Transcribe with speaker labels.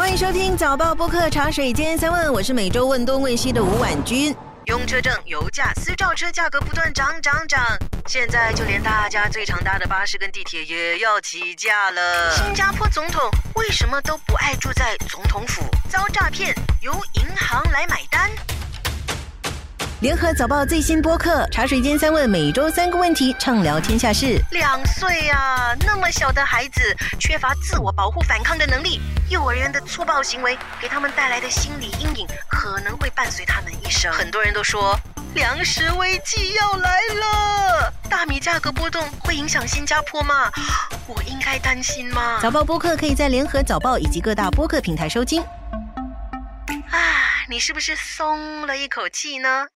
Speaker 1: 欢迎收听早报播客茶水间三问，我是每周问东问西的吴婉君。用车证、油价、私照车价格不断涨，现在就连大家最常搭的巴士跟地铁也要起价了。新加坡总统为什么都不爱住在总统府？遭诈骗，由银行来买单。联合早报最新播客茶水间三问，每周3个问题，畅聊天下事。2岁啊，那么小的孩子缺乏自我保护反抗的能力，幼儿园的粗暴行为给他们带来的心理阴影可能会伴随他们一生。很多人都说粮食危机要来了，大米价格波动会影响新加坡吗？我应该担心吗？早报播客可以在联合早报以及各大播客平台收听。你是不是松了一口气呢？